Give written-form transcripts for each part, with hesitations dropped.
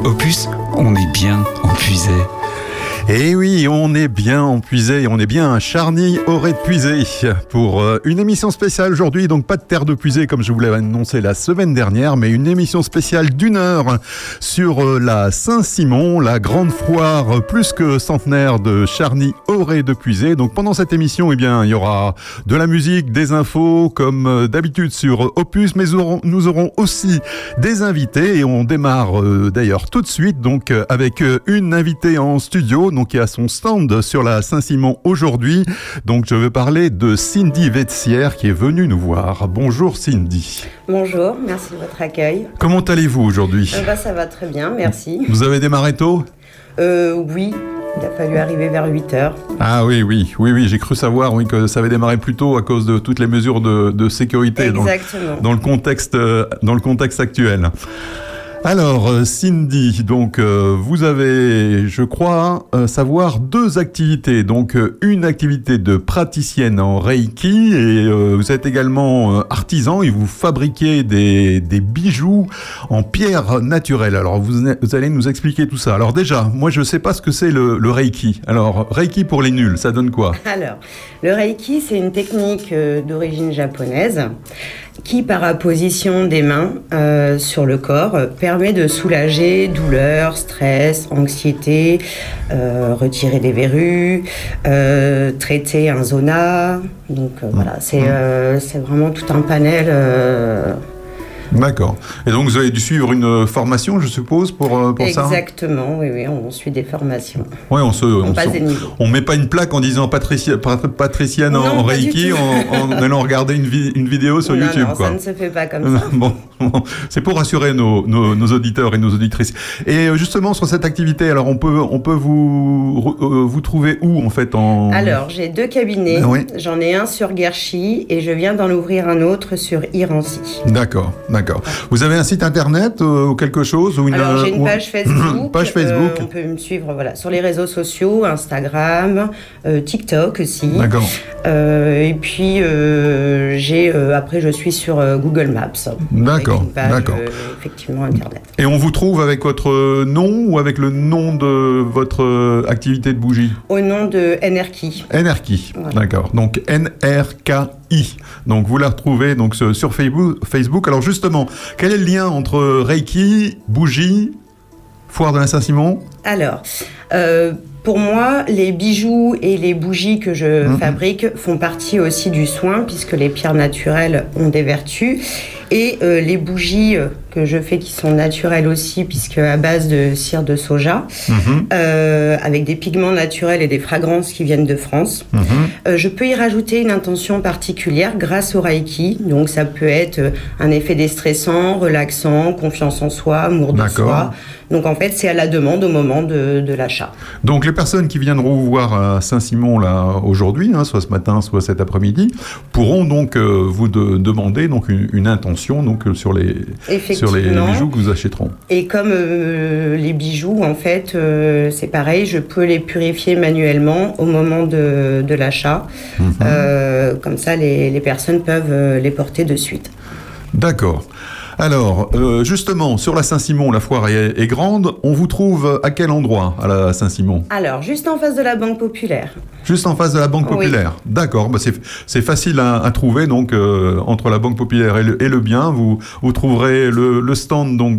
Opus, on est bien empuisé. Et oui, on est bien empuisé, on est bien à Charny-Auré-de-Puisé pour une émission spéciale aujourd'hui. Donc pas de terre de puisée comme je vous l'avais annoncé la semaine dernière, mais une émission spéciale d'1 heure sur la Saint-Simon, la grande foire plus que centenaire de Charny-Auré-de-Puisé. Donc pendant cette émission, eh bien, il y aura de la musique, des infos comme d'habitude sur Opus, mais nous aurons aussi des invités et on démarre d'ailleurs tout de suite donc avec une invitée en studio. Donc qui a son stand sur la Saint-Simon aujourd'hui. Donc je veux parler de Cindy Vetzière qui est venue nous voir. Bonjour Cindy. Bonjour, merci de votre accueil. Comment allez-vous aujourd'hui ? Ça va très bien, merci. Vous avez démarré tôt ? Oui, il a fallu arriver vers 8h. Ah oui, j'ai cru savoir que ça avait démarré plus tôt à cause de toutes les mesures de sécurité. Exactement. Dans le contexte actuel. Alors Cindy, donc vous avez, je crois, savoir 2 activités. Donc une activité de praticienne en Reiki et vous êtes également artisan et vous fabriquez des bijoux en pierre naturelle. Alors vous allez nous expliquer tout ça. Alors déjà, moi je sais pas ce que c'est le Reiki. Alors Reiki pour les nuls, ça donne quoi ? Alors le Reiki, c'est une technique d'origine japonaise qui, par apposition des mains sur le corps, permet de soulager douleur, stress, anxiété, retirer des verrues, traiter un zona. Donc voilà, c'est vraiment tout un panel. D'accord. Et donc vous avez dû suivre une formation, je suppose, pour ça ? Exactement, oui, on suit des formations. Oui, on passe des niveaux. On met pas une plaque en disant patricienne en Reiki en allant regarder une vidéo sur YouTube. Non, quoi. Ça ne se fait pas comme ça. Bon, c'est pour rassurer nos auditeurs et nos auditrices. Et justement sur cette activité, alors on peut vous trouver où en fait Alors j'ai 2 cabinets. Oui. J'en ai un sur Guerchy et je viens d'en ouvrir un autre sur Irancy. D'accord. Vous avez un site internet ou quelque chose ou Alors j'ai une page Facebook. On peut me suivre sur les réseaux sociaux, Instagram, TikTok aussi. D'accord. Et puis après je suis sur Google Maps. D'accord. Avec une page, effectivement internet. Et on vous trouve avec votre nom ou avec le nom de votre activité de bougie ? Au nom de NRKI. NRKI, voilà. D'accord. Donc NRKI. Donc vous la retrouvez donc sur Facebook. Alors justement, quel est le lien entre Reiki, bougie, foire de la Saint-Simon ? Alors, pour moi, les bijoux et les bougies que je fabrique font partie aussi du soin, puisque les pierres naturelles ont des vertus. Et les bougies que je fais qui sont naturelles aussi, puisque à base de cire de soja, avec des pigments naturels et des fragrances qui viennent de France. Je peux y rajouter une intention particulière grâce au Reiki. Donc ça peut être un effet déstressant, relaxant, confiance en soi, amour de soi. Donc en fait, c'est à la demande au moment de l'achat. Donc les personnes qui viendront vous voir à Saint-Simon là aujourd'hui, soit ce matin, soit cet après-midi, pourront donc vous demander donc une intention donc sur les bijoux que vous achèteront. Et comme les bijoux, en fait, c'est pareil, je peux les purifier manuellement au moment de l'achat. Comme ça, les personnes peuvent les porter de suite. D'accord. Alors, justement, sur la Saint-Simon, la foire est grande. On vous trouve à quel endroit, à la Saint-Simon ? Alors, juste en face de la Banque Populaire. Juste en face de la Banque Populaire. Oui. D'accord. C'est facile à trouver. Donc, entre la Banque Populaire et le bien, vous trouverez le stand donc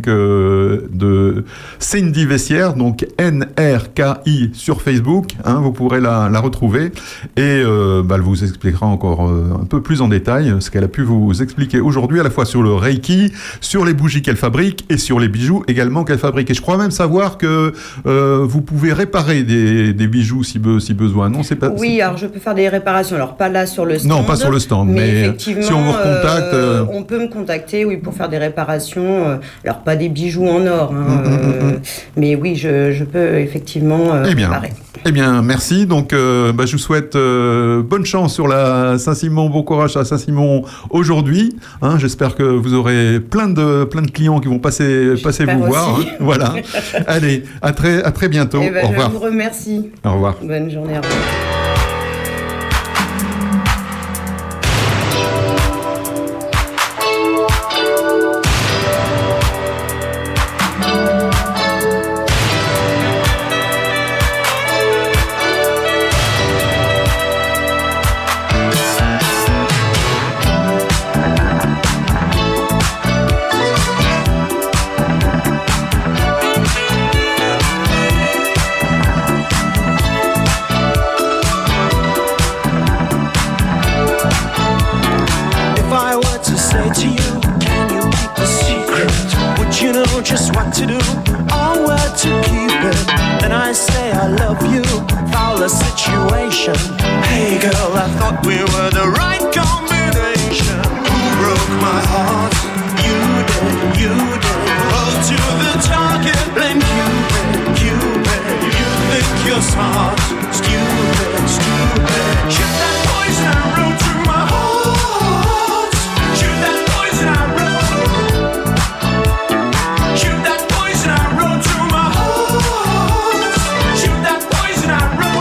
de Cindy Vetzière, donc NRKI sur Facebook. Vous pourrez la retrouver et elle vous expliquera encore un peu plus en détail ce qu'elle a pu vous expliquer aujourd'hui, à la fois sur le Reiki, sur les bougies qu'elle fabrique et sur les bijoux également qu'elle fabrique. Et je crois même savoir que vous pouvez réparer des bijoux si besoin. Non, c'est pas. Oui, alors je peux faire des réparations. Alors pas là sur le stand. Non, pas sur le stand, mais effectivement, si on vous recontacte, on peut me contacter, oui, pour faire des réparations. Alors pas des bijoux en or, mais oui, je peux effectivement réparer. Eh bien, merci. Donc, je vous souhaite bonne chance sur la Saint-Simon. Bon courage à Saint-Simon aujourd'hui. J'espère que vous aurez plein de clients qui vont passer vous voir. Voilà. Allez, à très bientôt. Au revoir. Je vous remercie. Au revoir. Bonne journée. Au revoir. just what to do or where to keep it. Then I say I love you, foul the situation. Hey girl, I thought we were the right combination. Who broke my heart? You did, you did. Hold to the target, blame Cupid, Cupid. You think you're smart, stupid, stupid. Shoot that poison arrow through my heart. Shoot that poison arrow. Shoot that poison arrow through my heart. Shoot that poison arrow.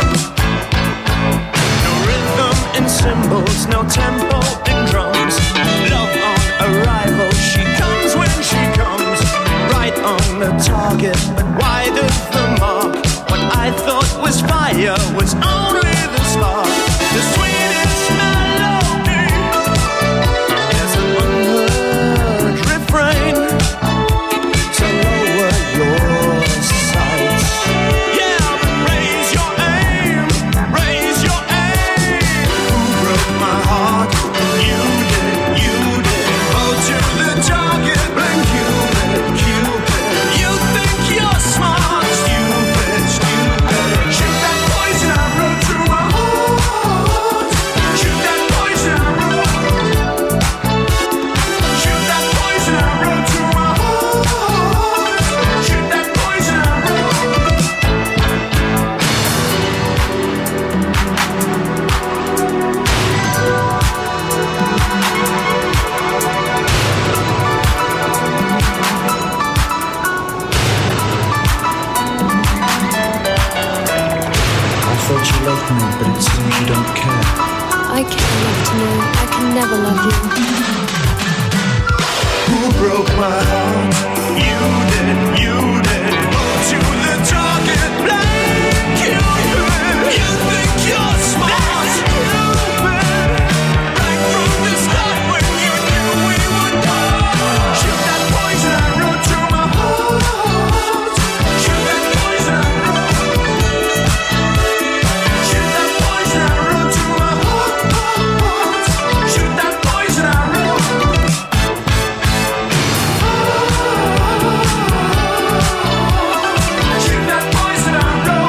No rhythm in cymbals, no tempo in drums. Love on arrival, she comes when she comes. Right on the target, but wide of the mark. What I thought was fire was only the spark. The sweetest melody is an unheard refrain. So lower your sights. Yeah, but raise your aim, raise your aim. Who broke my heart? You did, you did. Oh, to the target, blame Cupid, Cupid. You think you're smart, stupid, stupid. Shoot that poison arrow through my heart. Shoot that poison arrow. Shoot that poison arrow through my heart. Shoot that poison arrow. I thought you loved me, but it seems you don't care. I care enough to know I can never love you. Who broke my heart? You did, you did. To the target, blame Cupid. You think you're smart, stupid. Right from the start when you knew we would part. Shoot that poison arrow through my heart. Shoot that poison arrow. Shoot that poison arrow through my heart. Shoot that poison arrow. Shoot that poison arrow.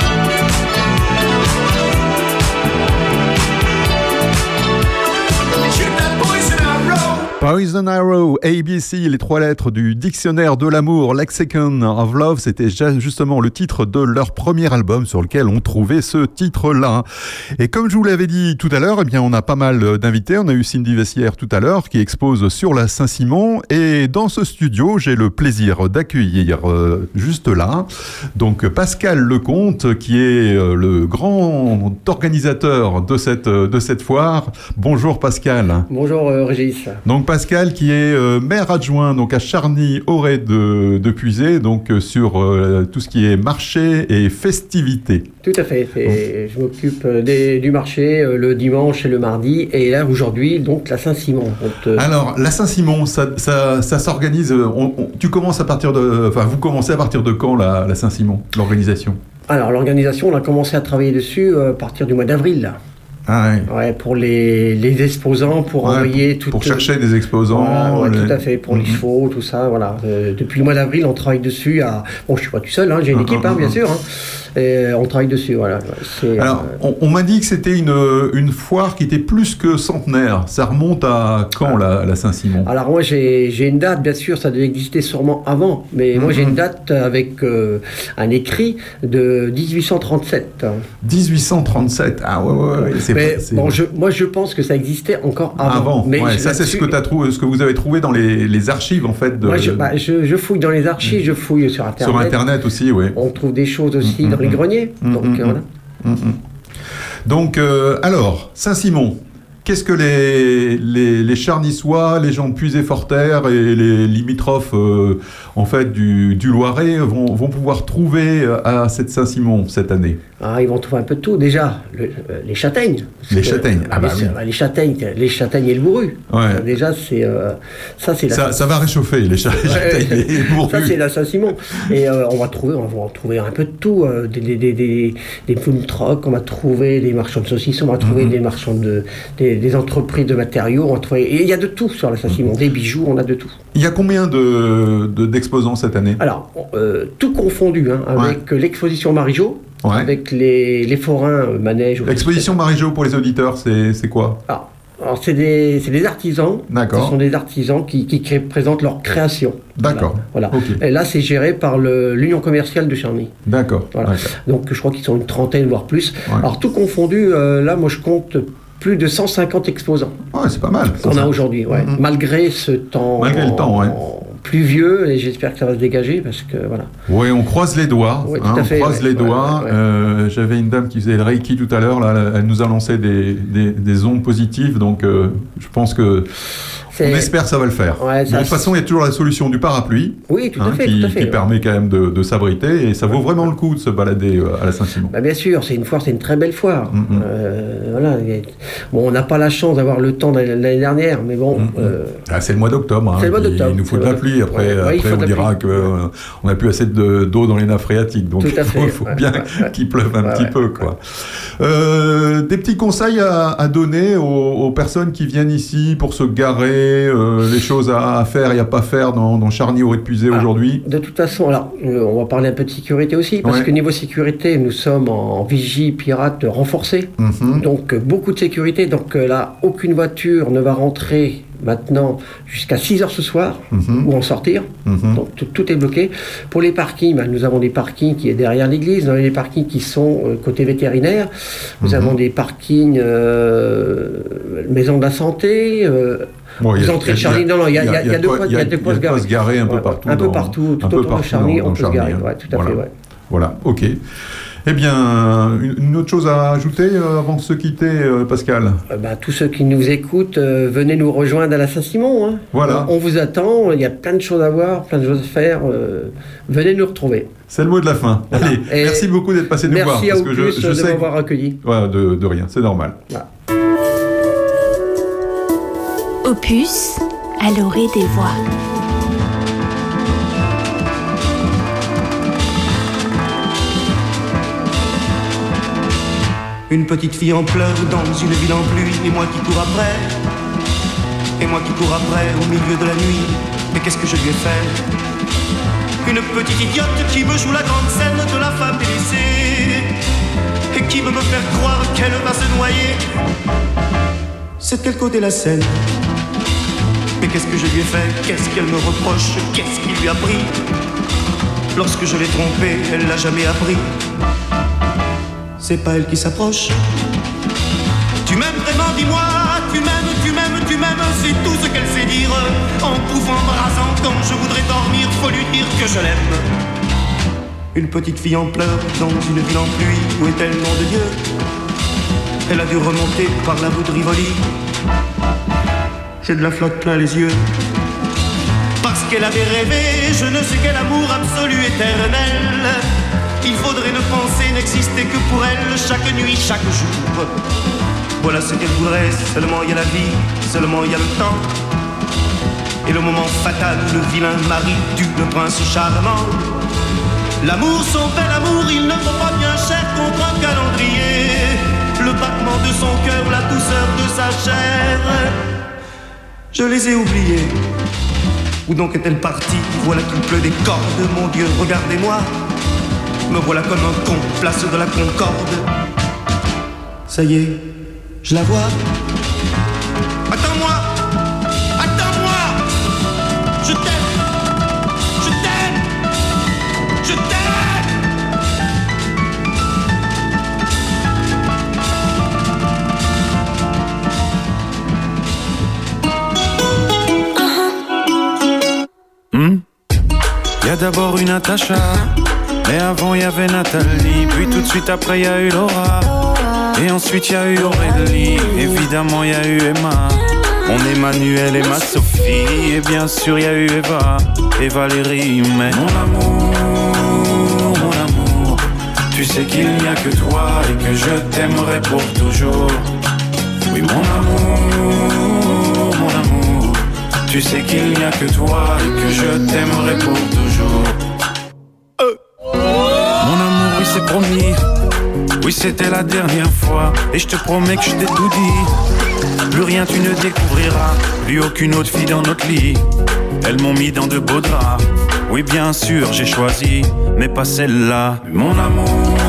Shoot that poison arrow. Poison Arrow, ABC, les trois lettres du dictionnaire de l'amour, Lexicon of Love, c'était justement le titre de leur premier album sur lequel on trouvait ce titre-là. Et comme je vous l'avais dit tout à l'heure, eh bien on a pas mal d'invités. On a eu Cindy Vessière tout à l'heure qui expose sur la Saint-Simon. Et dans ce studio, j'ai le plaisir d'accueillir juste là, donc Pascal Lecomte, qui est le grand organisateur de cette foire. Bonjour Pascal. Bonjour Régis. Donc Pascal qui est maire adjoint donc à Charny-Auray de Puisay, donc sur tout ce qui est marché et festivités. Tout à fait. Je m'occupe du marché le dimanche et le mardi, et là aujourd'hui donc la Saint-Simon. Alors la Saint-Simon, ça s'organise. Tu commences à partir de, enfin vous commencez à partir de quand la Saint-Simon, l'organisation? Alors l'organisation, on a commencé à travailler dessus à partir du mois d'avril là. Ah ouais. Ouais, pour les exposants, pour envoyer tout. Pour chercher des exposants. Voilà, tout à fait, pour les chevaux, tout ça, voilà. Depuis le mois d'avril, on travaille dessus. Bon, je suis pas tout seul, hein, j'ai une équipe, bien sûr. Hein. Et on travaille dessus, voilà. Alors, on m'a dit que c'était une foire qui était plus que centenaire. Ça remonte à quand, la Saint-Simon? Alors moi, j'ai une date, bien sûr, ça devait exister sûrement avant. Mais moi, j'ai une date avec un écrit de 1837. 1837, ah ouais. Moi, je pense que ça existait encore avant. Mais ça, c'est ce que vous avez trouvé dans les archives, en fait. Moi, je fouille dans les archives, je fouille sur Internet. Sur Internet aussi, oui. On trouve des choses aussi dans les greniers. Voilà. Donc, alors, Saint-Simon, qu'est-ce que les Charnissois, les gens de Puisay-Forterre et les limitrophes en fait du Loiret vont pouvoir trouver à cette Saint-Simon cette année? Ils vont trouver un peu de tout. Déjà, les châtaignes. Les châtaignes, les châtaignes et le bourru. Ouais. Déjà, ça va réchauffer, les châtaignes et le bourru. Ça, c'est la Saint-Simon. Et on va trouver un peu de tout. Des food trucks, on va trouver des marchands de saucisses, on va trouver des marchands des des entreprises de matériaux. Et il y a de tout sur la Saint-Simon. Des bijoux, on a de tout. Il y a combien d'exposants cette année? Alors, tout confondu, avec l'exposition Marie-Jo, avec les forains manèges. L'exposition Marie-Jo, pour les auditeurs, c'est quoi? Alors c'est des artisans. D'accord. Ce sont des artisans qui présentent leur création. D'accord. Voilà. Okay. Et là, c'est géré par l'Union commerciale de Charny. D'accord. Voilà. Donc, je crois qu'ils sont une trentaine, voire plus. Ouais. Alors, tout confondu, là, moi, je compte plus de 150 exposants. Ouais, c'est pas mal. Qu'on a aujourd'hui, malgré ce temps. Malgré le temps, pluvieux, et j'espère que ça va se dégager parce que voilà. Oui, on croise les doigts. Oui, tout à fait, on croise les doigts. J'avais une dame qui faisait le Reiki tout à l'heure. Là, elle nous a lancé des ondes positives, donc je pense que on espère que ça va le faire. Ouais, de toute façon, il y a toujours la solution du parapluie. Oui, tout à fait. Qui permet quand même de s'abriter, et ça vaut vraiment le coup de se balader à la Saint-Simon. Bien sûr, c'est une très belle foire. Voilà. Bon, on n'a pas la chance d'avoir le temps l'année dernière, mais bon. C'est le mois d'octobre. C'est le mois d'octobre. Il nous faut de la pluie. Après, on dira qu'on n'a plus assez d'eau dans les nappes phréatiques. Donc, il faut bien qu'il pleuve un petit peu, quoi. Des petits conseils à donner aux personnes qui viennent ici pour se garer, les choses à faire et à pas faire dans Charny au Rez-de-Puisay aujourd'hui? De toute façon, alors, on va parler un peu de sécurité aussi, parce que niveau sécurité, nous sommes en vigie pirate renforcée. Donc, beaucoup de sécurité. Donc là, aucune voiture ne va rentrer maintenant jusqu'à 6h ce soir ou en sortir. Donc tout est bloqué. Pour les parkings, nous avons des parkings qui est derrière l'église, nous avons des parkings qui sont côté vétérinaire, nous avons des parkings maison de la santé, vous entrez de Charny, il y a de quoi se garer un peu partout. Un peu partout, tout autour de Charny, on peut se garer. Tout à fait. Voilà, ok. Eh bien, une autre chose à ajouter avant de se quitter, Pascal? Tous ceux qui nous écoutent, venez nous rejoindre à la Saint-Simon. Voilà. On vous attend, il y a plein de choses à voir, plein de choses à faire. Venez nous retrouver. C'est le mot de la fin. Voilà. Allez, merci beaucoup d'être passé nous voir. Merci à Opus de m'avoir accueilli. Ouais, de rien, c'est normal. Voilà. Opus, à l'orée des voix. Une petite fille en pleurs dans une ville en pluie, et moi qui cours après, au milieu de la nuit. Mais qu'est-ce que je lui ai fait? Une petite idiote qui me joue la grande scène de la femme délaissée, et qui veut me faire croire qu'elle va se noyer. C'est de quel côté la scène? Mais qu'est-ce que je lui ai fait? Qu'est-ce qu'elle me reproche? Qu'est-ce qui lui a pris? Lorsque je l'ai trompée, elle l'a jamais appris. C'est pas elle qui s'approche. Tu m'aimes vraiment, dis-moi. Tu m'aimes, c'est tout ce qu'elle sait dire. En pouvant, embrassant, quand je voudrais dormir, faut lui dire que je l'aime. Une petite fille en pleurs dans une ville en pluie. Où est-elle, nom de Dieu? Elle a dû remonter par la boue de Rivoli. J'ai de la flotte plein les yeux. Parce qu'elle avait rêvé, je ne sais quel amour absolu éternel. Il faudrait ne penser n'exister que pour elle, chaque nuit, chaque jour. Voilà ce qu'elle voudrait, seulement il y a la vie, seulement il y a le temps. Et le moment fatal, le vilain mari du prince charmant. L'amour, son bel amour, il ne vaut pas bien cher contre un calendrier. Le battement de son cœur, la douceur de sa chair. Je les ai oubliés. Où donc est-elle partie? Voilà qu'il pleut des cordes, mon Dieu, regardez-moi. Me voilà comme un con, place de la Concorde. Ça y est, je la vois. Attends-moi, je t'aime, je t'aime, je t'aime. Y a d'abord une Natacha. Et avant y avait Nathalie, puis tout de suite après y a eu Laura. Et ensuite y a eu Aurélie, évidemment y a eu Emma. Mon Emmanuel et ma Sophie, et bien sûr y a eu Eva et Valérie. Mais mon amour, tu sais qu'il n'y a que toi et que je t'aimerai pour toujours. Oui mon amour, tu sais qu'il n'y a que toi et que je t'aimerai pour toujours. Oui c'est promis, oui c'était la dernière fois. Et je te promets que je t'ai tout dit. Plus rien tu ne découvriras, plus aucune autre fille dans notre lit. Elles m'ont mis dans de beaux draps. Oui bien sûr j'ai choisi, mais pas celle-là. Mon amour,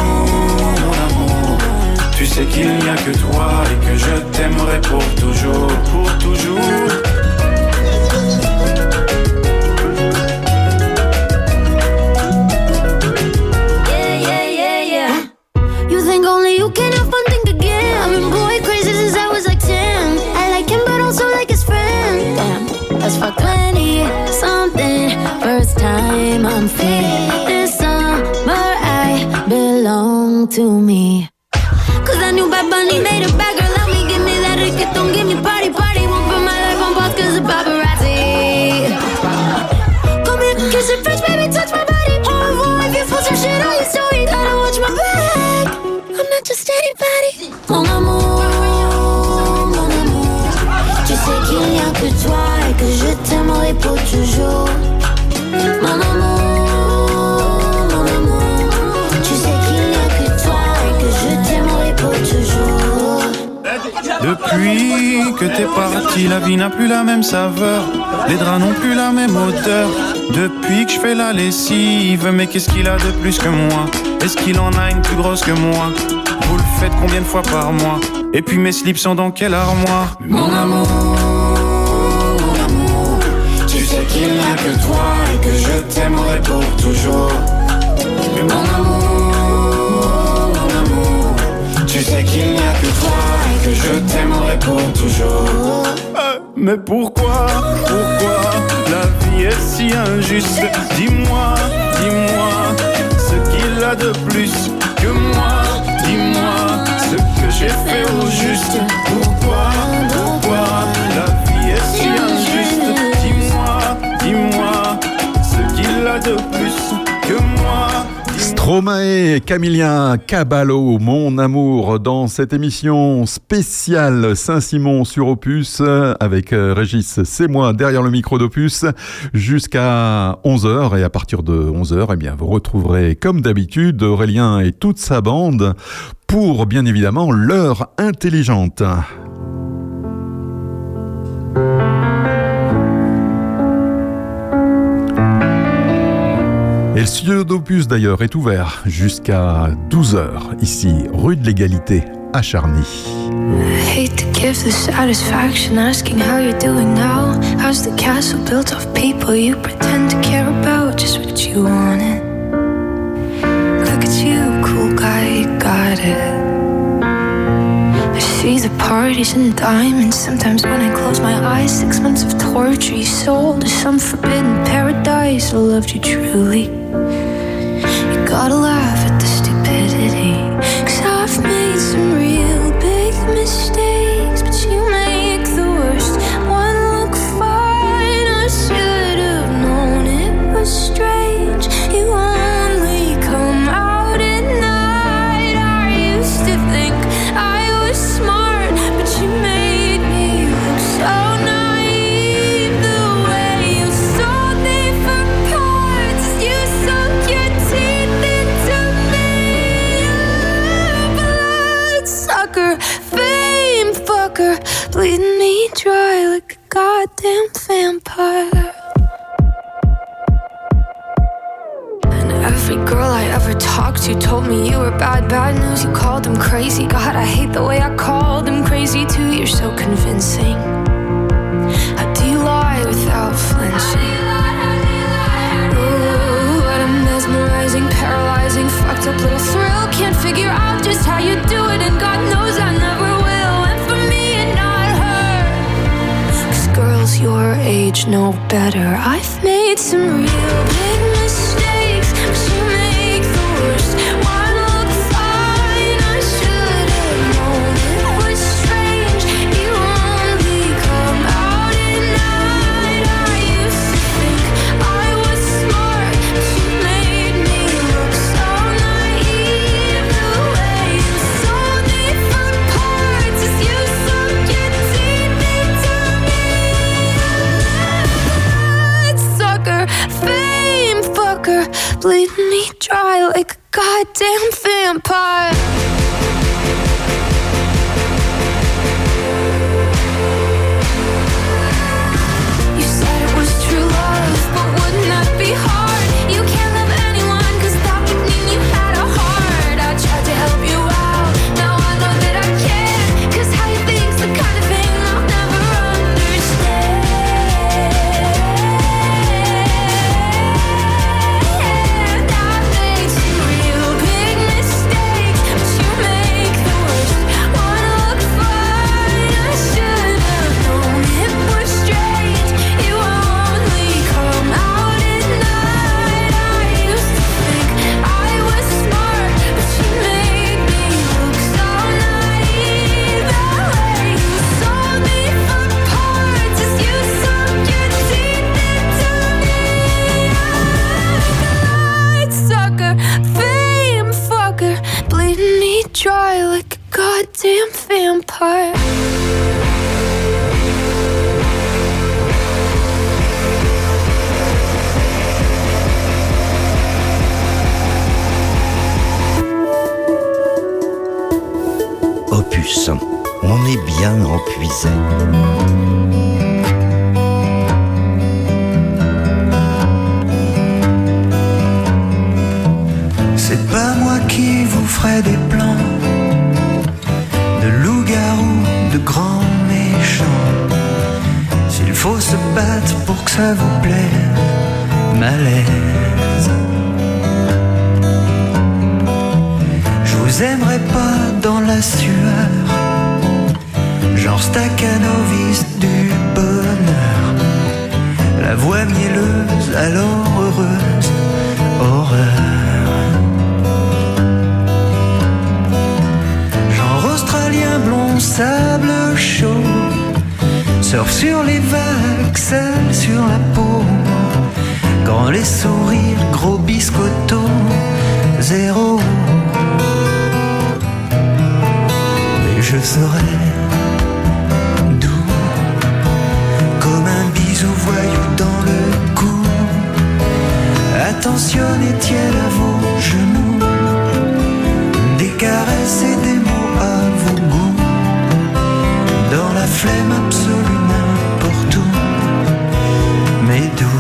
tu sais qu'il n'y a que toi et que je t'aimerai pour toujours, pour toujours. Yeah, yeah, yeah, yeah. You think only you can have fun, think again. I've been boy crazy since I was like 10. I like him but also like his friend. Damn, that's fuck 20 something. First time I'm free. This summer I belong to me. Cause I knew Bad Bunny made a bad girl love me. Give me that reggaeton, give me party, party. Won't put my life on pause cause of paparazzi. Come here, kiss it French, baby, touch my body. Au revoir, if you post your shit on your story, gotta watch my back. I'm not just anybody. Mon amour, tu sais qu'il n'y a que toi et que je t'aimerai pour toujours. Mon amour, tu sais qu'il n'y a que toi et que je t'aimerai pour toujours. Depuis que t'es parti, la vie n'a plus la même saveur. Les draps n'ont plus la même odeur. Depuis que je fais la lessive, mais qu'est-ce qu'il a de plus que moi? Est-ce qu'il en a une plus grosse que moi? Vous le faites combien de fois par mois? Et puis mes slips sont dans quelle armoire? Mon amour, tu sais qu'il n'y a que toi et que je t'aimerai pour toujours. Mais mon amour, tu sais qu'il n'y a que toi et que je t'aimerai pour toujours. Mais pourquoi la vie est si injuste? Dis-moi, ce qu'il a de plus que moi. Dis-moi ce que j'ai fait au juste. Pourquoi la vie est si injuste? Dis-moi ce qu'il a de plus que moi. Stromae, Camilla Caballot, Mon amour, dans cette émission spéciale Saint-Simon sur Opus, avec Régis, c'est moi, derrière le micro d'Opus, jusqu'à 11h. Et à partir de 11h, eh bien, vous retrouverez, comme d'habitude, Aurélien et toute sa bande pour, bien évidemment, l'heure intelligente. Et le studio d'Opus d'ailleurs est ouvert jusqu'à 12h, ici, rue de l'Égalité, à Charny. I hate to give the satisfaction asking how you're doing now. How's the castle built of people you pretend to care about? Just what you wanted. Look at you, cool guy, you got it. I see the parties and diamonds. Sometimes when I close my eyes, 6 months of torture you sold to some forbidden paradise. I loved you truly. You gotta laugh at the stupidity, 'cause I've made some real big mistakes, but you make the worst one look fine. I should have known it was strange. You only come out at night. I used to think I was smart, but you made me look so naive. The way you sold me for parts, you sunk your teeth into me. Bloodsucker, fame fucker, bleeding me dry like a goddamn vampire. Every girl I ever talked to told me you were bad, bad news. You called them crazy. God, I hate the way I called them crazy too. You're so convincing. How do you lie without flinching? Ooh, what a mesmerizing, paralyzing, fucked up little thrill. Can't figure out just how you do it, and God knows I never will. And for me and not her, 'cause girls your age know better. I've made some real big mistakes, but you make the worst one look fine. I should have known it was strange. You only come out at night. I used to think I was smart, but you made me look so naive. The way you sold me for parts as you sunk your teeth into me. Bloodsucker, fame fucker, bleeding me dry like a goddamn vampire. Opus, on est bien empuisé. C'est pas moi qui vous ferai des plans de loup-garou, de grands méchants. S'il faut se battre pour que ça vous plaise, malaise. Je vous aimerai pas dans la sueur, genre Stakhanoviste du bonheur. La voix mielleuse, alors heureuse, horreur. Genre australien blond, sable chaud, surfe sur les vagues, sel sur la peau. Grand les sourires, gros biscotto, zéro. Mais je serai doux, comme un bisou voyou dans le cou. Attentionnez tiède à vos genoux, des caresses et des mots à vos goûts. Dans la flemme absolue n'importe où, mais doux.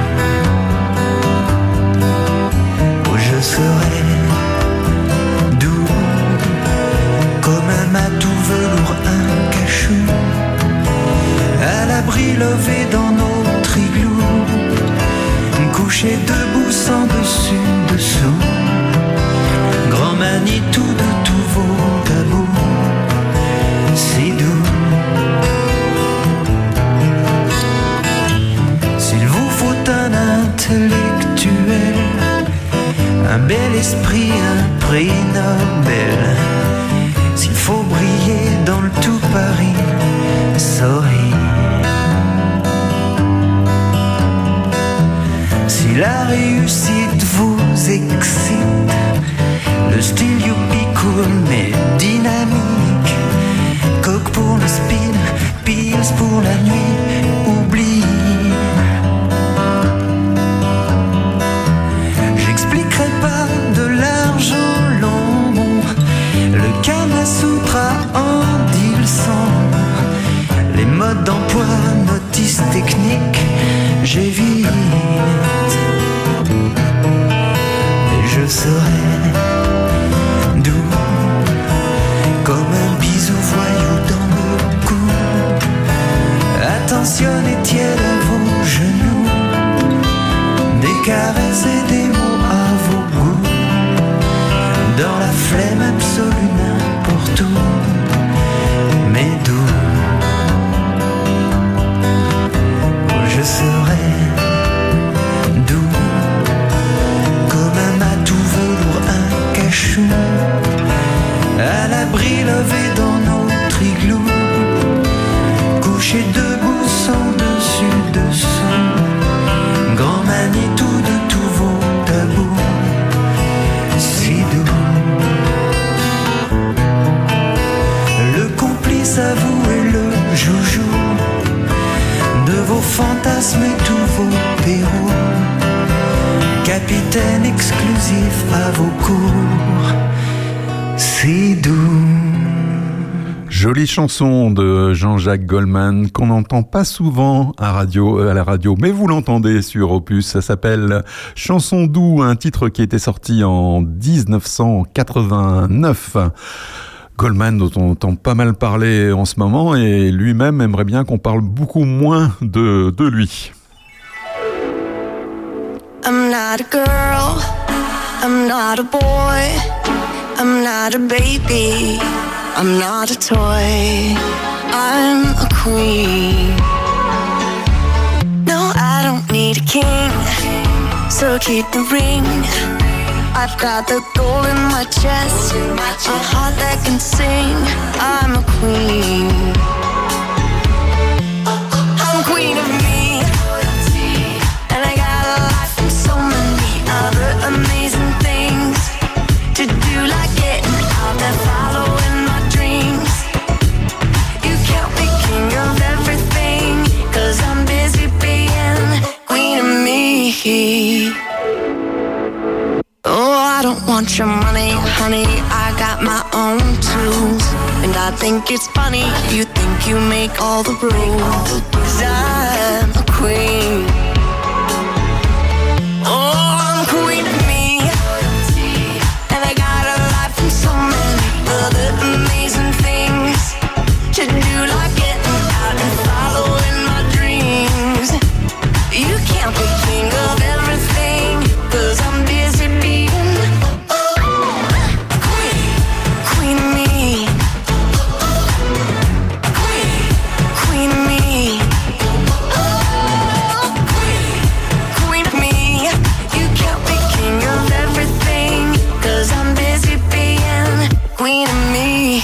Je serai doux, comme un matou velours, un cachou, à l'abri levé dans notre igloo, couché debout sans dessus dessous, grand Manitou de tous vos tabous, si doux. S'il vous faut un intellectuel, un bel esprit, un prix Nobel, s'il faut briller dans le tout Paris, sorry. Si la réussite vous excite, le style youpi cool mais dynamique, coke pour le spin, pills pour la nuit, oublie. J'expliquerai pas de l'argent long, le Kama Sutra en dit le sang, les modes d'emploi, notices techniques, j'évite. Et je serai doux, comme un bisou voyou dans le cou. Attentionnez tiède à vos genoux, des caresses et des mots à vos goûts. Dans la flemme absolue n'importe où, mais doux. Je serai doux, comme un matou velours, un cachou, à l'abri levé dans notre igloo, couché debout sans dessus dessous, grand Manitou de tous vos tabous, si doux. Le complice à vous et le joujou de vos fantasmes et tous vos pérous, capitaine exclusif à vos cours, si doux. Jolie chanson de Jean-Jacques Goldman qu'on n'entend pas souvent à la radio, mais vous l'entendez sur Opus. Ça s'appelle Chanson doux, un titre qui était sorti en 1989. Goldman, dont on entend pas mal parler en ce moment, et lui-même aimerait bien qu'on parle beaucoup moins de lui. I'm not a girl, I'm not a boy, I'm not a baby, I'm not a toy, I'm a queen. No, I don't need a king, so keep the ring. I've got the gold in my chest, a heart that can sing. I'm a queen. I'm queen of me, and I got a life and so many other amazing things to do, like getting out there, following my dreams. You can't be king of everything, 'cause I'm busy being queen of me. Oh, I don't want your money, honey, I got my own tools. And I think it's funny, you think you make all the rules. 'Cause I'm a queen. Oh, I'm queen of me. And I got a life and so many other amazing things to do, like getting out and following my dreams. You can't be king of everything, 'cause I'm busy being queen of me. Queen of me. Queen of me. You can't be king of everything, 'cause I'm busy being queen of me.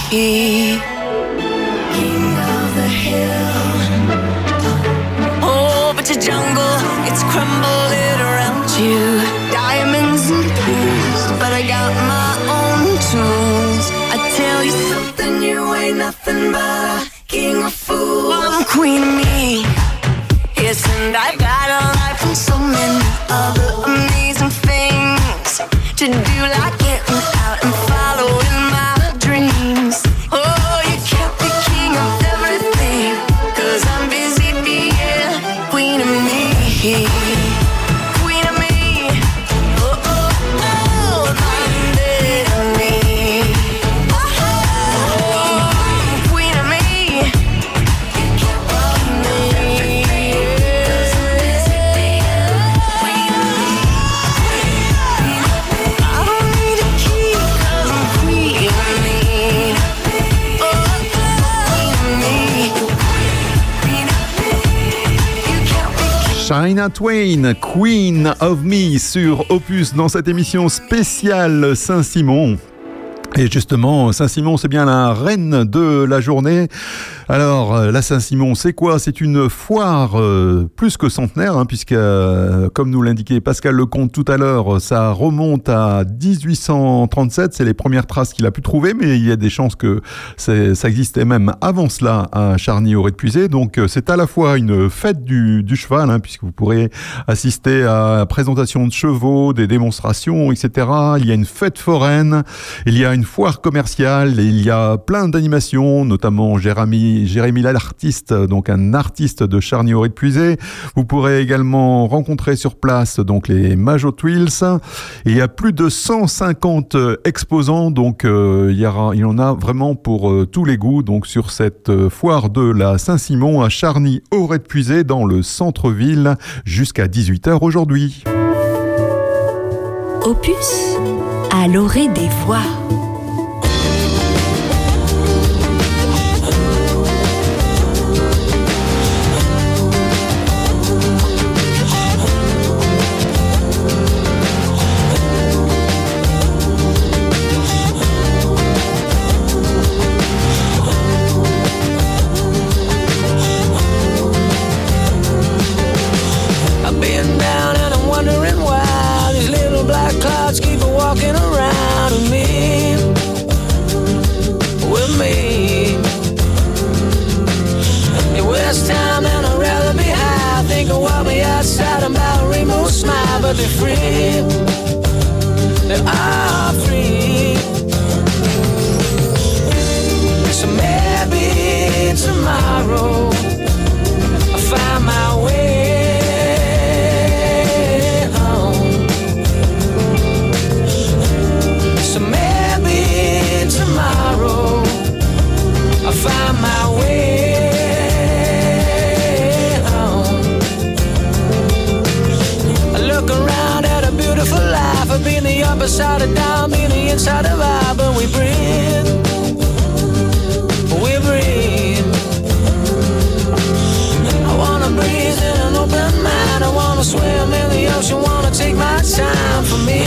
King of the hill. Oh, but your jungle, it's crumbling around you. Diamonds and pearls, but I got my own tools. I tell you something, you ain't nothing but a king of fools. I'm queen of me. Yes, and I got a life and so many other amazing things to do, like getting out and following my dreams. Oh, you can't be king of everything, 'cause I'm busy being queen of me. Queen of me. Oh, oh, oh, I'm dead of me. Oh, queen of me. You can't be king of everything, 'cause I'm busy being queen of me. I don't need a key, 'cause I'm queen of me. Oh, queen of me. Queen of me. You can't be Shania Twain, Queen of Me sur Opus dans cette émission spéciale Saint-Simon. Et justement, Saint-Simon, c'est bien la reine de la journée. Alors, la Saint-Simon, c'est quoi ? C'est une foire plus que centenaire, hein, puisque, comme nous l'indiquait Pascal Lecomte tout à l'heure, ça remonte à 1837. C'est les premières traces qu'il a pu trouver, mais il y a des chances que ça existait même avant cela à Charny-Auré-de-Puisay. Donc, c'est à la fois une fête du cheval, hein, puisque vous pourrez assister à la présentation de chevaux, des démonstrations, etc. Il y a une fête foraine, il y a une foire commerciale, et il y a plein d'animations, notamment Jérémy l'artiste, donc un artiste de Charny-Auré-de-Puisay. Vous pourrez également rencontrer sur place donc les Majo Twills. Et il y a plus de 150 exposants, donc il y en a vraiment pour tous les goûts, donc sur cette foire de la Saint-Simon à Charny-Auré-de-Puisay dans le centre-ville jusqu'à 18h aujourd'hui. Opus à l'orée des voix. They're free, they are free. So maybe tomorrow I'll find my way home. So maybe tomorrow I'll find my way home. I look around at a beautiful life, I've been the upside of down, been the inside of out, but we breathe. We breathe. I wanna breathe in an open mind. I wanna swim in the ocean. Wanna take my time for me.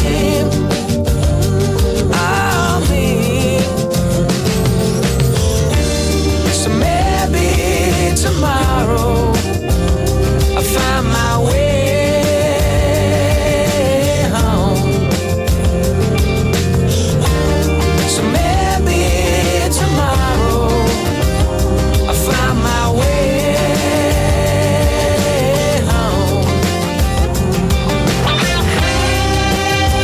Oh, me. So maybe tomorrow I'll find my way home. So maybe tomorrow I find my way home.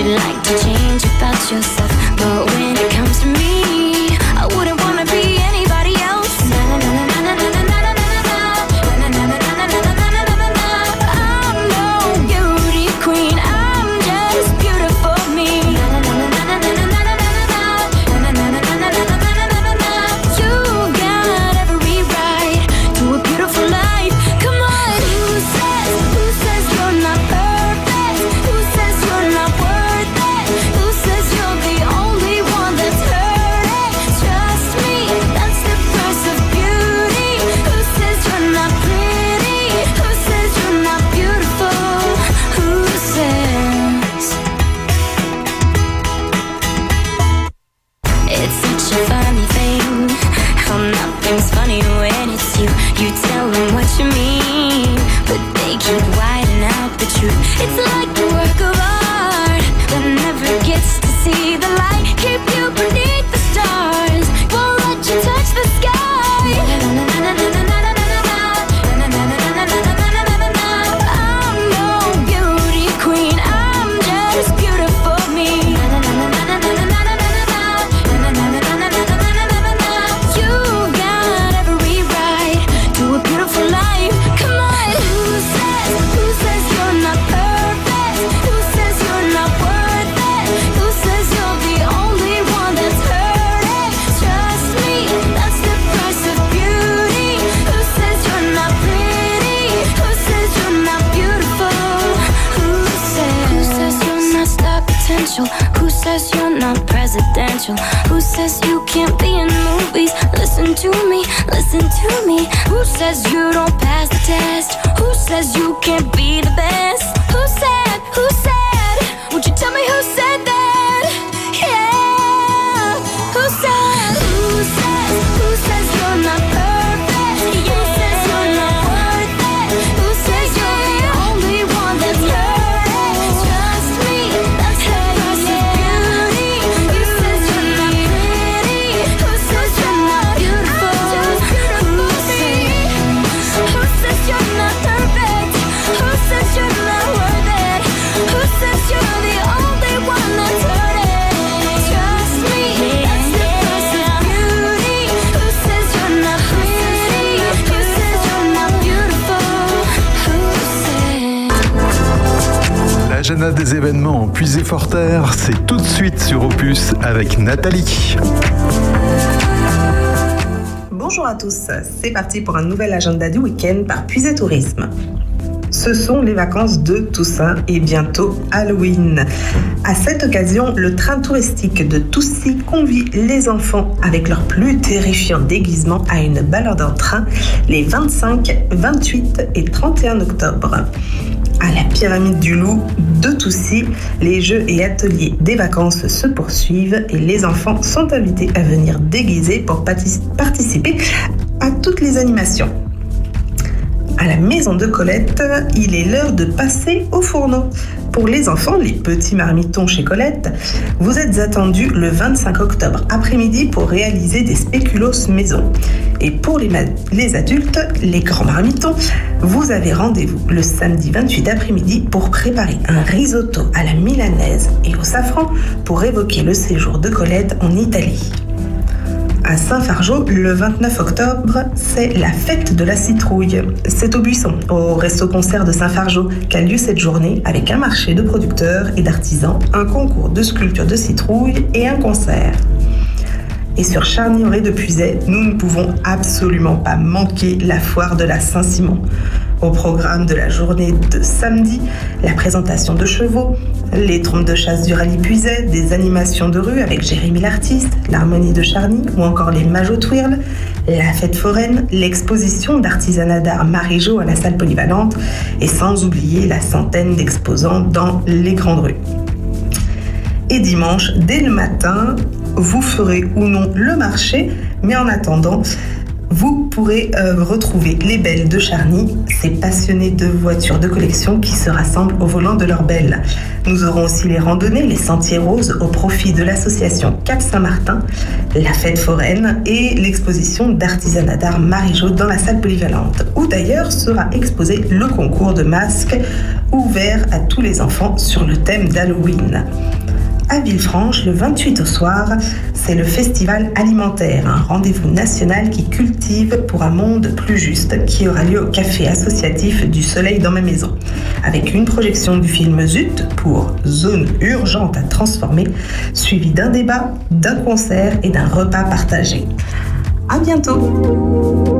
like to change about yourself, but when it comes to me, I wouldn't wanna be anybody else. Na na na na na na na na na na na na na na na na na. I'm no beauty queen, I'm just beautiful me. Na na na na na na na na na na na na na na na na. You got every right to a beautiful life. Come on, who says you're not perfect? Who says you're not worth it? Who says you're the only one that's hurting? Trust me, that's the price of beauty. Who says you're not pretty? Who says you're not beautiful? Who says? It's such a funny thing how nothing's funny when it's you. You tell them what you mean, but they keep whiting out the truth. It's like a work of art that never gets to see the light. Keep you beneath the stars, won't let you touch the sky. I'm no beauty queen, I'm just beautiful me. You got every right to a beautiful life. Come on, who says you're not perfect? Who says you're not worth it? Who says you're the only one that's hurting? Trust me, that's the price of beauty. Who says you're not pretty? Who says you're not beautiful? Who says you're not star potential? Who says you're not presidential? Who says you can't be in movies? Listen to me, listen to me. Who says you don't pass the test? Who says you can't be the best? Who said, would you tell me who said that? Yeah, who says you're not perfect? Who says you're not worth it? Who says you're the only one that's hurting? Trust me, that's the price of beauty. Who says you're not pretty? Who says you're not beautiful? Who says you're not perfect? Who says you're not worth it? Who says you're the only one that's hurting? Trust me, that's the price of beauty. Who says you're not pretty? Who says you're not beautiful? Who says? L'agenda des événements Puisé Forterre, c'est tout de suite sur Opus avec Nathalie. Bonjour à tous, c'est parti pour un nouvel agenda du week-end par Puisé Tourisme. Ce sont les vacances de Toussaint et bientôt Halloween. À cette occasion, le train touristique de Toussy convie les enfants avec leurs plus terrifiants déguisements à une balade en train les 25, 28 et 31 octobre. À la pyramide du Loup de Toussy, les jeux et ateliers des vacances se poursuivent et les enfants sont invités à venir déguisés pour participer à toutes les animations. À la maison de Colette, il est l'heure de passer au fourneau. Pour les enfants, les petits marmitons chez Colette, vous êtes attendus le 25 octobre après-midi pour réaliser des spéculoos maison. Et pour les adultes, les grands marmitons, vous avez rendez-vous le samedi 28 après-midi pour préparer un risotto à la milanaise et au safran pour évoquer le séjour de Colette en Italie. À Saint-Fargeau, le 29 octobre, c'est la fête de la citrouille. C'est au Buisson, au Resto-Concert de Saint-Fargeau, qu'a lieu cette journée avec un marché de producteurs et d'artisans, un concours de sculpture de citrouille et un concert. Et sur Charny-Oré de Puisay, nous ne pouvons absolument pas manquer la foire de la Saint-Simon. Au programme de la journée de samedi, la présentation de chevaux, les trompes de chasse du rallye Puisay, des animations de rue avec Jérémy l'artiste, l'harmonie de Charny ou encore les Majots Twirl, la fête foraine, l'exposition d'artisanat d'art Marie-Jo à la salle polyvalente et sans oublier la centaine d'exposants dans les grandes rues. Et dimanche, dès le matin, vous ferez ou non le marché, mais en attendant, vous pourrez retrouver les belles de Charny, ces passionnés de voitures de collection qui se rassemblent au volant de leurs belles. Nous aurons aussi les randonnées, les sentiers roses au profit de l'association Cap Saint-Martin, la fête foraine et l'exposition d'artisanat d'art Marie-Jo dans la salle polyvalente, où d'ailleurs sera exposé le concours de masques ouvert à tous les enfants sur le thème d'Halloween. À Villefranche, le 28 au soir, c'est le festival alimentaire, un rendez-vous national qui cultive pour un monde plus juste, qui aura lieu au café associatif du Soleil dans ma maison, avec une projection du film Zut pour Zone urgente à transformer, suivi d'un débat, d'un concert et d'un repas partagé. À bientôt!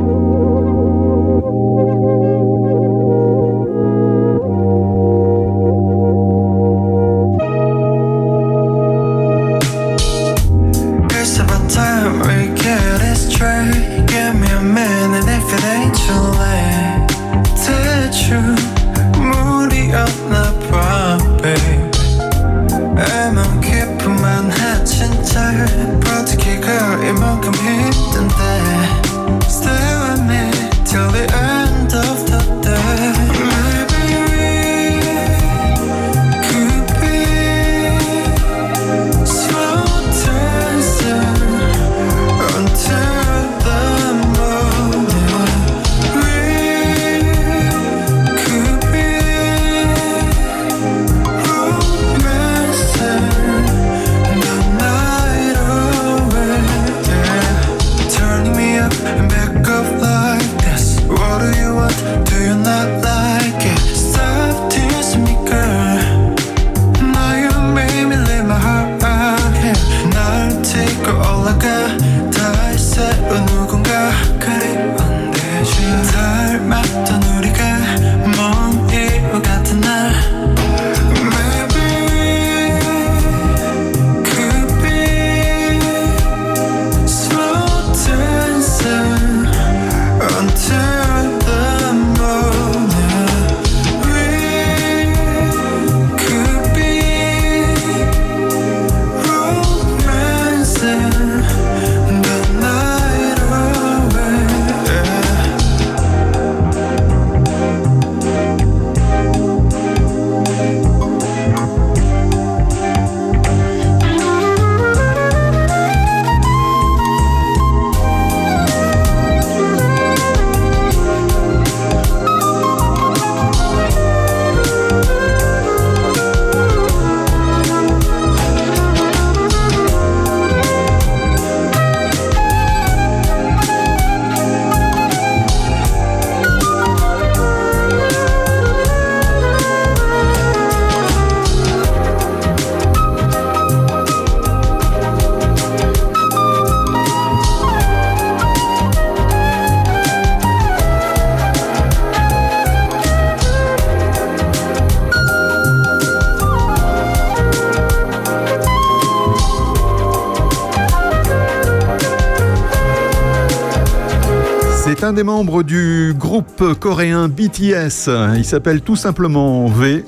C'est un des membres du groupe coréen BTS. Il s'appelle tout simplement V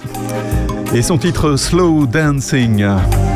et son titre Slow Dancing.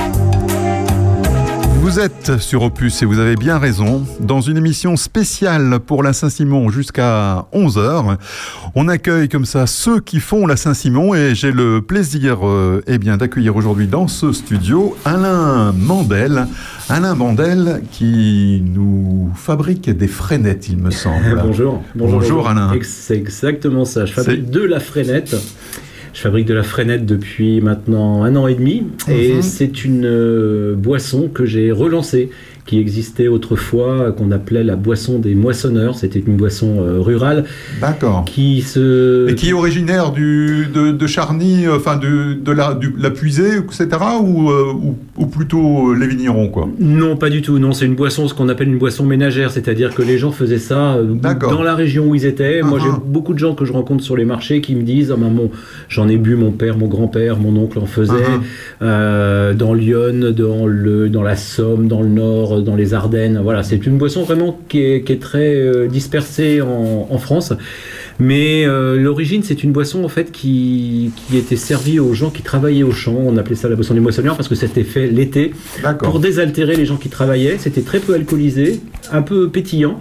Vous êtes sur Opus et vous avez bien raison. Dans une émission spéciale pour la Saint-Simon jusqu'à 11h, on accueille comme ça ceux qui font la Saint-Simon et j'ai le plaisir d'accueillir aujourd'hui dans ce studio Alain Mandel. Alain Mandel qui nous fabrique des freinettes, il me semble. Bonjour Alain. C'est exactement ça. Je fabrique de la freinette. Je fabrique de la freinette depuis maintenant 1 an et demi et c'est une boisson que j'ai relancée, qui existait autrefois, qu'on appelait la boisson des moissonneurs. C'était une boisson rurale. D'accord. Et qui est originaire de Charny, enfin de la Puisée, etc. ou plutôt les vignerons, quoi. Non, pas du tout. Non, c'est une boisson, ce qu'on appelle une boisson ménagère, c'est-à-dire que les gens faisaient ça dans la région où ils étaient. Moi, j'ai beaucoup de gens que je rencontre sur les marchés qui me disent j'en ai bu, mon père, mon grand-père, mon oncle en faisait, dans Lyon, dans la Somme, dans le Nord, dans les Ardennes. Voilà, c'est une boisson vraiment qui est très dispersée en France. Mais l'origine, c'est une boisson en fait qui était servie aux gens qui travaillaient au champ. On appelait ça la boisson des moissonneurs parce que c'était fait l'été pour désaltérer les gens qui travaillaient. C'était très peu alcoolisé, un peu pétillant.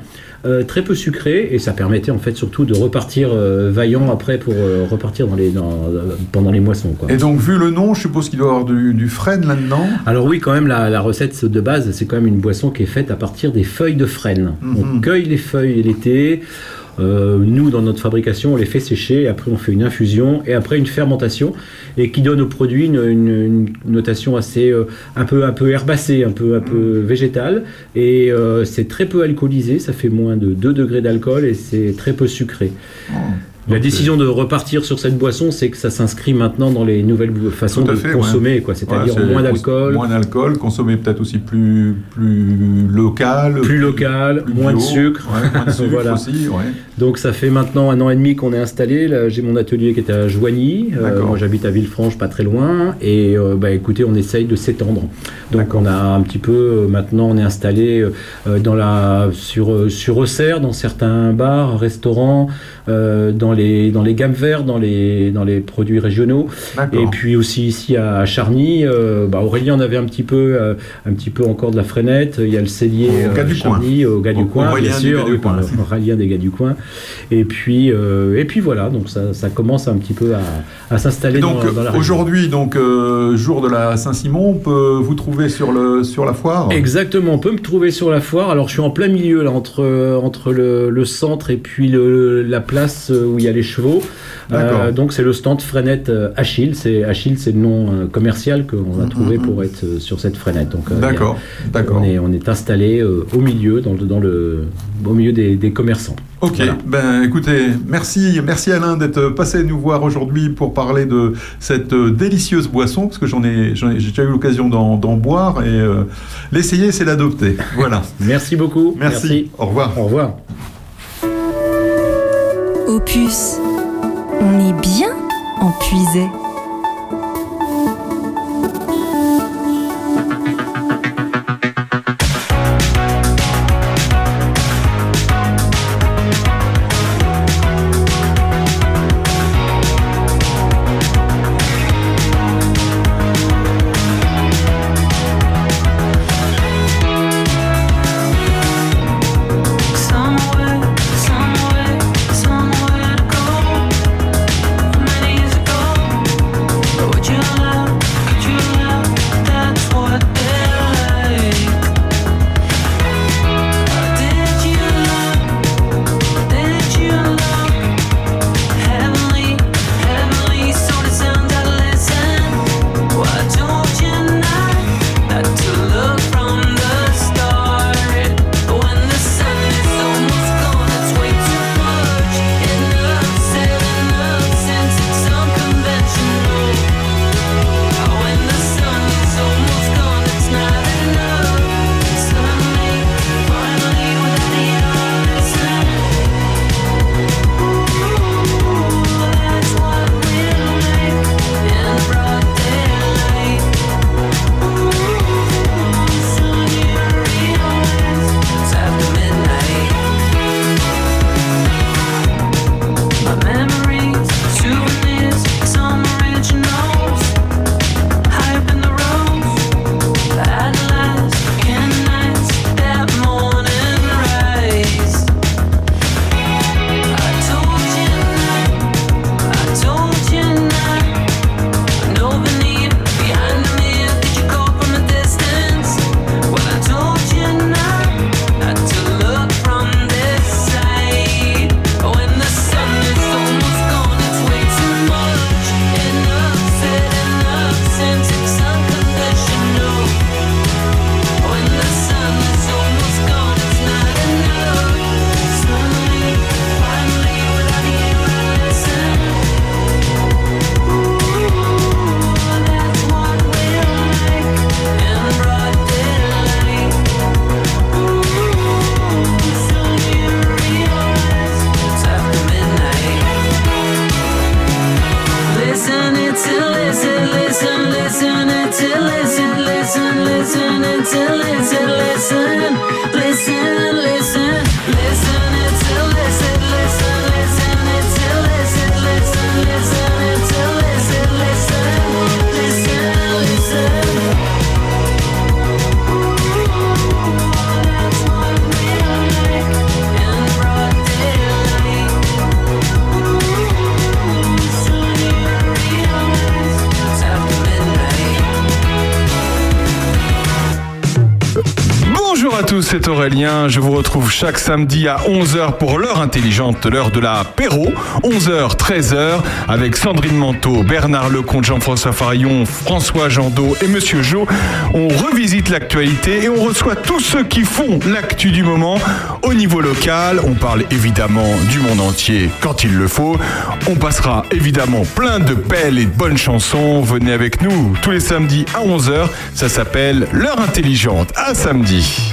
très peu sucré, et ça permettait en fait surtout de repartir vaillant après pour repartir pendant les moissons, quoi. Et donc vu le nom, je suppose qu'il doit y avoir du frêne là-dedans. Alors oui, quand même, la recette de base, c'est quand même une boisson qui est faite à partir des feuilles de frêne. On cueille les feuilles l'été. Nous, dans notre fabrication, on les fait sécher, et après on fait une infusion et après une fermentation, et qui donne au produit une notation assez un peu herbacée, un peu végétale, et c'est très peu alcoolisé, ça fait moins de 2 degrés d'alcool et c'est très peu sucré. La décision de repartir sur cette boisson, c'est que ça s'inscrit maintenant dans les nouvelles façons de consommer, quoi. C'est-à-dire moins d'alcool. Moins d'alcool, consommer peut-être aussi plus local. Plus local, moins de sucre. Moins de sucre voilà. Aussi, ouais. Donc ça fait maintenant 1 an et demi qu'on est installé. Là, j'ai mon atelier qui est à Joigny. Moi j'habite à Villefranche, pas très loin. Et écoutez, on essaye de s'étendre. Donc on a un petit peu, maintenant on est installé sur Auxerre, dans certains bars, restaurants, dans les gammes vertes, dans les produits régionaux. Et puis aussi ici à Charny, Aurélien en avait un petit peu encore de la freinette. Il y a le cellier Charny, au gars du coin, bien sûr, Aurélien des gars du coin. Et puis voilà, donc ça commence un petit peu à s'installer dans la région. Aujourd'hui, jour de la Saint-Simon, on peut vous trouver sur la foire. Exactement, on peut me trouver sur la foire. Alors je suis en plein milieu là, entre le centre et puis la place où il y a les chevaux. Donc c'est le stand freinette Achille. Achille, c'est le nom commercial qu'on a trouvé pour être sur cette freinette. Donc d'accord. On est installé au milieu, au milieu des commerçants. Ok, voilà. Écoutez, merci Alain d'être passé nous voir aujourd'hui pour parler de cette délicieuse boisson, parce que j'ai déjà eu l'occasion d'en boire, et l'essayer, c'est l'adopter. Voilà. Merci beaucoup. Merci. Au revoir. Au revoir. Opus, on est bien en Puisay. tous, c'est Aurélien. Je vous retrouve chaque samedi à 11h pour l'heure intelligente, l'heure de l'apéro. 11h, 13h, avec Sandrine Manteau, Bernard Lecomte, Jean-François Farillon, François Jandot et Monsieur Jo. On revisite l'actualité et on reçoit tous ceux qui font l'actu du moment au niveau local. On parle évidemment du monde entier quand il le faut. On passera évidemment plein de belles et de bonnes chansons. Venez avec nous tous les samedis à 11h. Ça s'appelle l'heure intelligente. À samedi.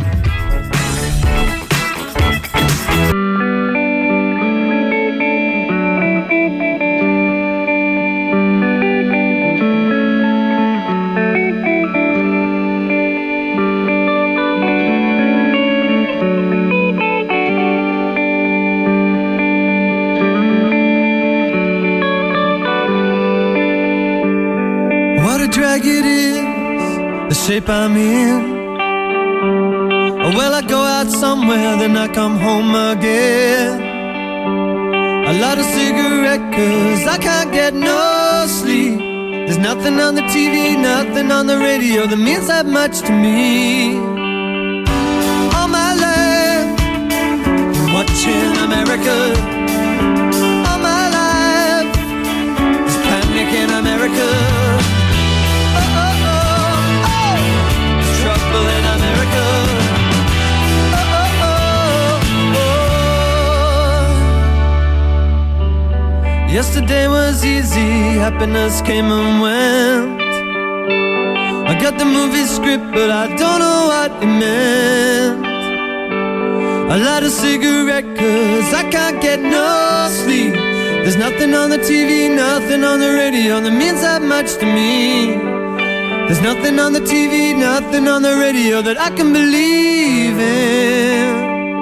Shape I'm in. Well, I go out somewhere, then I come home again. I light a cigarette 'cause I can't get no sleep. There's nothing on the TV, nothing on the radio that means that much to me. All my life, watching America. All my life, there's panic in America. In America. Yesterday was easy, happiness came and went. I got the movie script, but I don't know what it meant. I light a cigarette 'cause I can't get no sleep. There's nothing on the TV, nothing on the radio that means that much to me. There's nothing on the TV, nothing on the radio that I can believe in.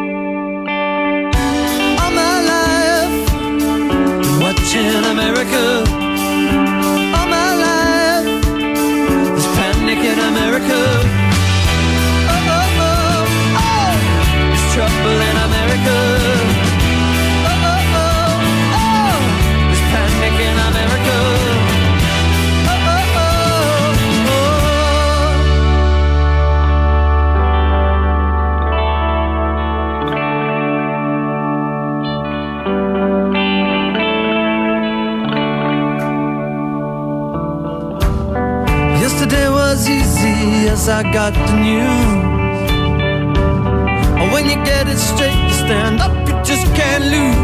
All my life, been watching America. All my life, there's panic in America. Oh, oh, oh, oh, there's trouble in America. Oh, oh, oh, oh, there's panic in America. Yesterday was easy, yes, I got the news. When you get it straight, you stand up, you just can't lose.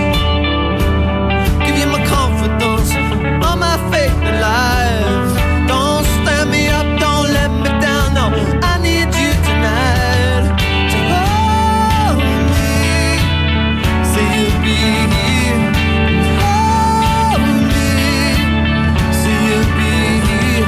Give you my confidence, all my faith in life. Don't stand me up, don't let me down, no, I need you tonight. To hold me, say you'll be here. Hold me, say you'll be here.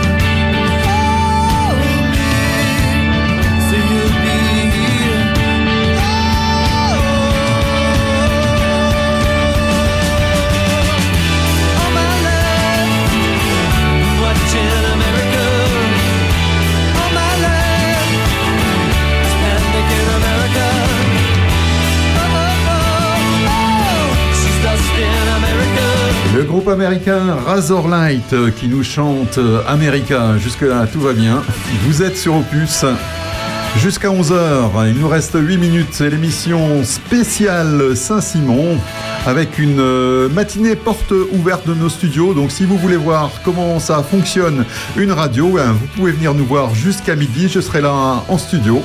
Le groupe américain Razorlight qui nous chante America. Jusque-là, tout va bien. Vous êtes sur Opus. Jusqu'à 11h, il nous reste 8 minutes. C'est l'émission spéciale Saint-Simon avec une matinée porte ouverte de nos studios. Donc si vous voulez voir comment ça fonctionne une radio, vous pouvez venir nous voir jusqu'à midi. Je serai là en studio.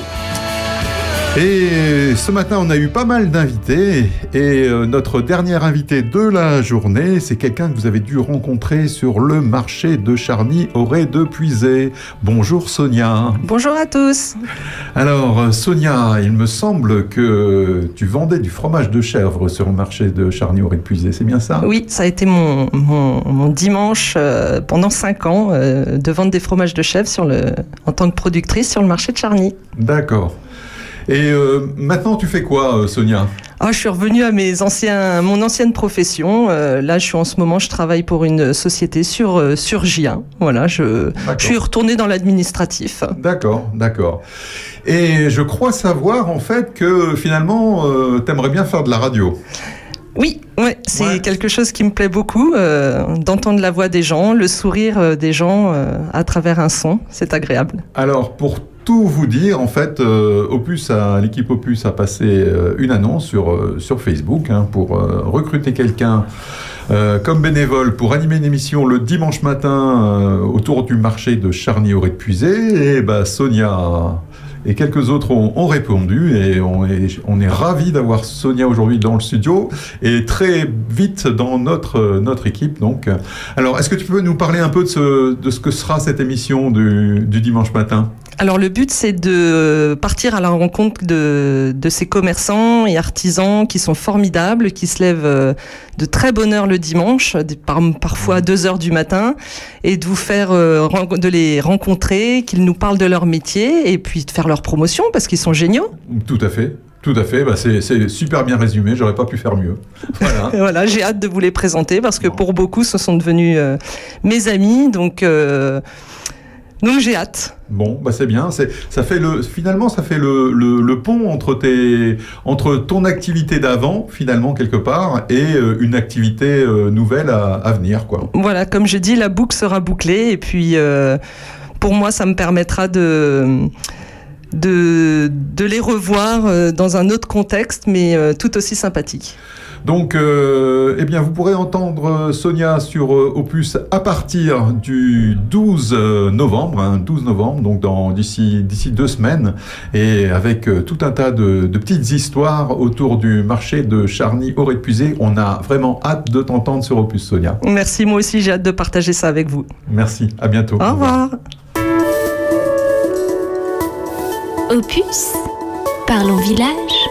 Et ce matin, on a eu pas mal d'invités et notre dernier invité de la journée, c'est quelqu'un que vous avez dû rencontrer sur le marché de Charny, Auray de Puisay. Bonjour Sonia. Bonjour à tous. Alors Sonia, il me semble que tu vendais du fromage de chèvre sur le marché de Charny, Auray de Puisay, c'est bien ça ? Oui, ça a été mon dimanche pendant 5 ans de vendre des fromages de chèvre en tant que productrice sur le marché de Charny. D'accord. Et maintenant, tu fais quoi, Sonia ? Je suis revenue à mon ancienne profession. Là, je travaille pour une société sur Gien. Voilà, je suis retournée dans l'administratif. D'accord. Et je crois savoir, en fait, que finalement, t'aimerais bien faire de la radio. Oui, c'est quelque chose qui me plaît beaucoup, d'entendre la voix des gens, le sourire des gens à travers un son, c'est agréable. Alors, pour tout vous dire, en fait, l'équipe Opus a passé une annonce sur Facebook pour recruter quelqu'un comme bénévole pour animer une émission le dimanche matin autour du marché de Charny-Auré-de-Puisay. Et Sonia et quelques autres ont répondu et on est ravis d'avoir Sonia aujourd'hui dans le studio et très vite dans notre équipe. Donc, alors, est-ce que tu peux nous parler un peu de ce que sera cette émission du dimanche matin ? Alors le but, c'est de partir à la rencontre de ces commerçants et artisans qui sont formidables, qui se lèvent de très bonne heure le dimanche, parfois à 2h du matin, et de vous faire de les rencontrer, qu'ils nous parlent de leur métier et puis de faire leur promotion parce qu'ils sont géniaux. Tout à fait. C'est super bien résumé, j'aurais pas pu faire mieux. Voilà. Voilà, j'ai hâte de vous les présenter parce que pour beaucoup, ce sont devenus mes amis, donc j'ai hâte. Bon, c'est bien. Ça fait le pont entre ton activité d'avant, finalement, quelque part, et une activité nouvelle à venir, quoi. Voilà, comme je dis, la boucle sera bouclée, et puis pour moi, ça me permettra de les revoir dans un autre contexte, mais tout aussi sympathique. Donc, vous pourrez entendre Sonia sur Opus à partir du 12 novembre, donc d'ici 2 semaines, et avec tout un tas de petites histoires autour du marché de Charny-Auré-de-Puisay. On a vraiment hâte de t'entendre sur Opus, Sonia. Merci, moi aussi, j'ai hâte de partager ça avec vous. Merci, à bientôt. Au revoir. Opus, parlons village.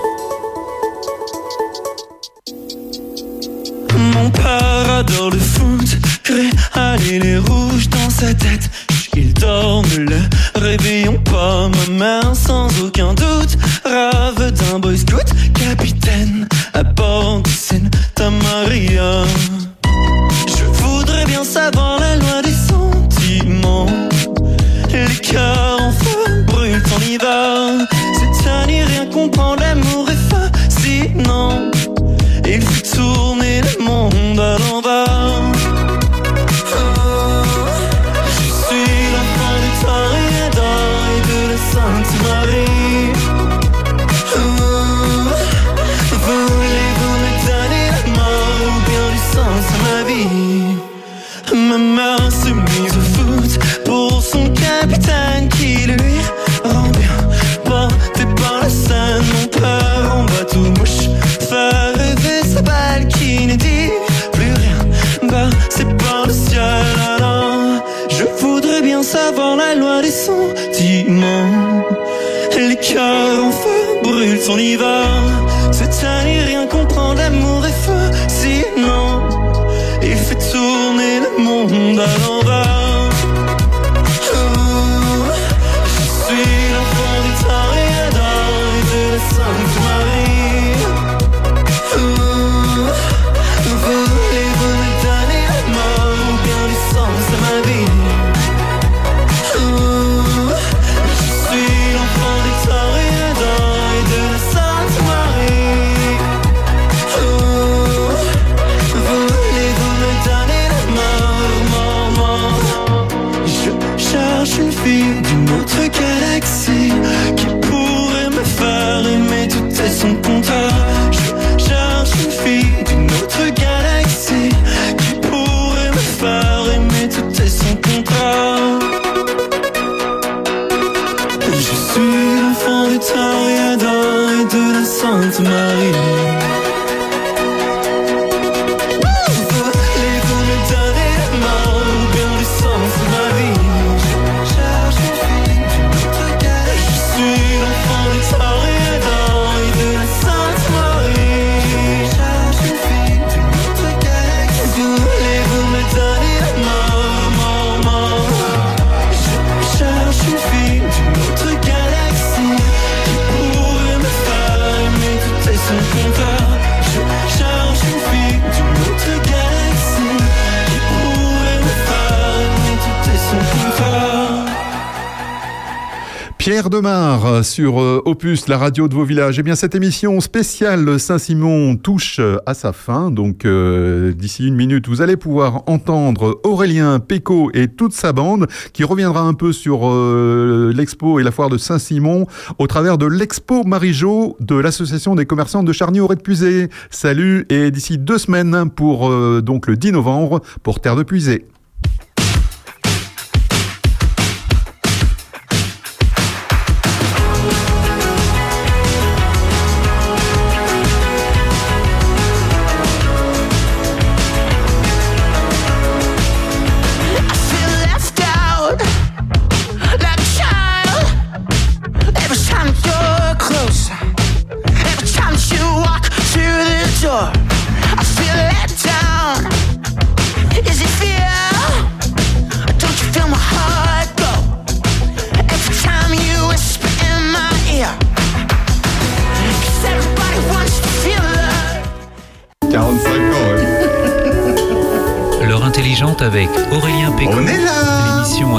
Mon père adore le foot, aller les rouges dans sa tête. Il dorme le réveillon pas, ma mère sans aucun doute. Rave d'un boy scout, capitaine à bord de Santa Maria. Je voudrais bien savoir la loi des sentiments. Les cœurs en feu brûlent en hiver. C'est à n'y rien comprendre, l'amour est fascinant. Il fait tourner le monde à l'envers. Je suis l'enfant du Toréador et de la Sainte Marie. Voulez-vous me donner la mort ou bien du sens à ma vie? Ma mère s'est mise au foot pour son capitaine qui lui rend bien. Porté par la scène, mon père en bateau mouche fait rêver sa balle qui ne dit plus rien. C'est par le ciel alors. Je voudrais bien savoir la loi des sentiments. Les cœurs en feu brûlent son hiver. C'est à n'y rien comprendre, l'amour est feu. Sinon, il fait tourner le monde à l'envers. Je suis l'enfant du Toréador et de la Sainte Marie. Voulez-vous me donner la mort ou bien du sens à ma vie? Je suis l'enfant du Toréador et de la Sainte Marie. Voulez-vous me donner la mort? Je cherche une fille d'une autre galaxie qui pourrait me faire aimer tout et son contraire. Je cherche une fille d'une autre galaxie qui pourrait me faire aimer tout et son contraire. Je suis l'enfant du Toréador et de la Sainte Marie. Voulez-vous me donner la mort ou bien du sens de ma vie? Je cherche une fille d'une autre galaxie. Je suis Pierre Demar sur Opus, la radio de vos villages. Eh bien, cette émission spéciale Saint-Simon touche à sa fin. Donc, d'ici une minute, vous allez pouvoir entendre Aurélien Pécaud et toute sa bande qui reviendra un peu sur l'expo et la foire de Saint-Simon au travers de l'expo Marie-Jo de l'association des commerçants de Charny-Auray-de-Puisay. Salut et d'ici 2 semaines pour donc le 10 novembre pour Terre de Puisay. I feel let down. Is it fear? Don't you feel my heart go every time you whisper in my ear? 'Cause everybody wants to feel love. 45 ans, L'heure intelligente avec Aurélien Pécaud. On est là. L'émission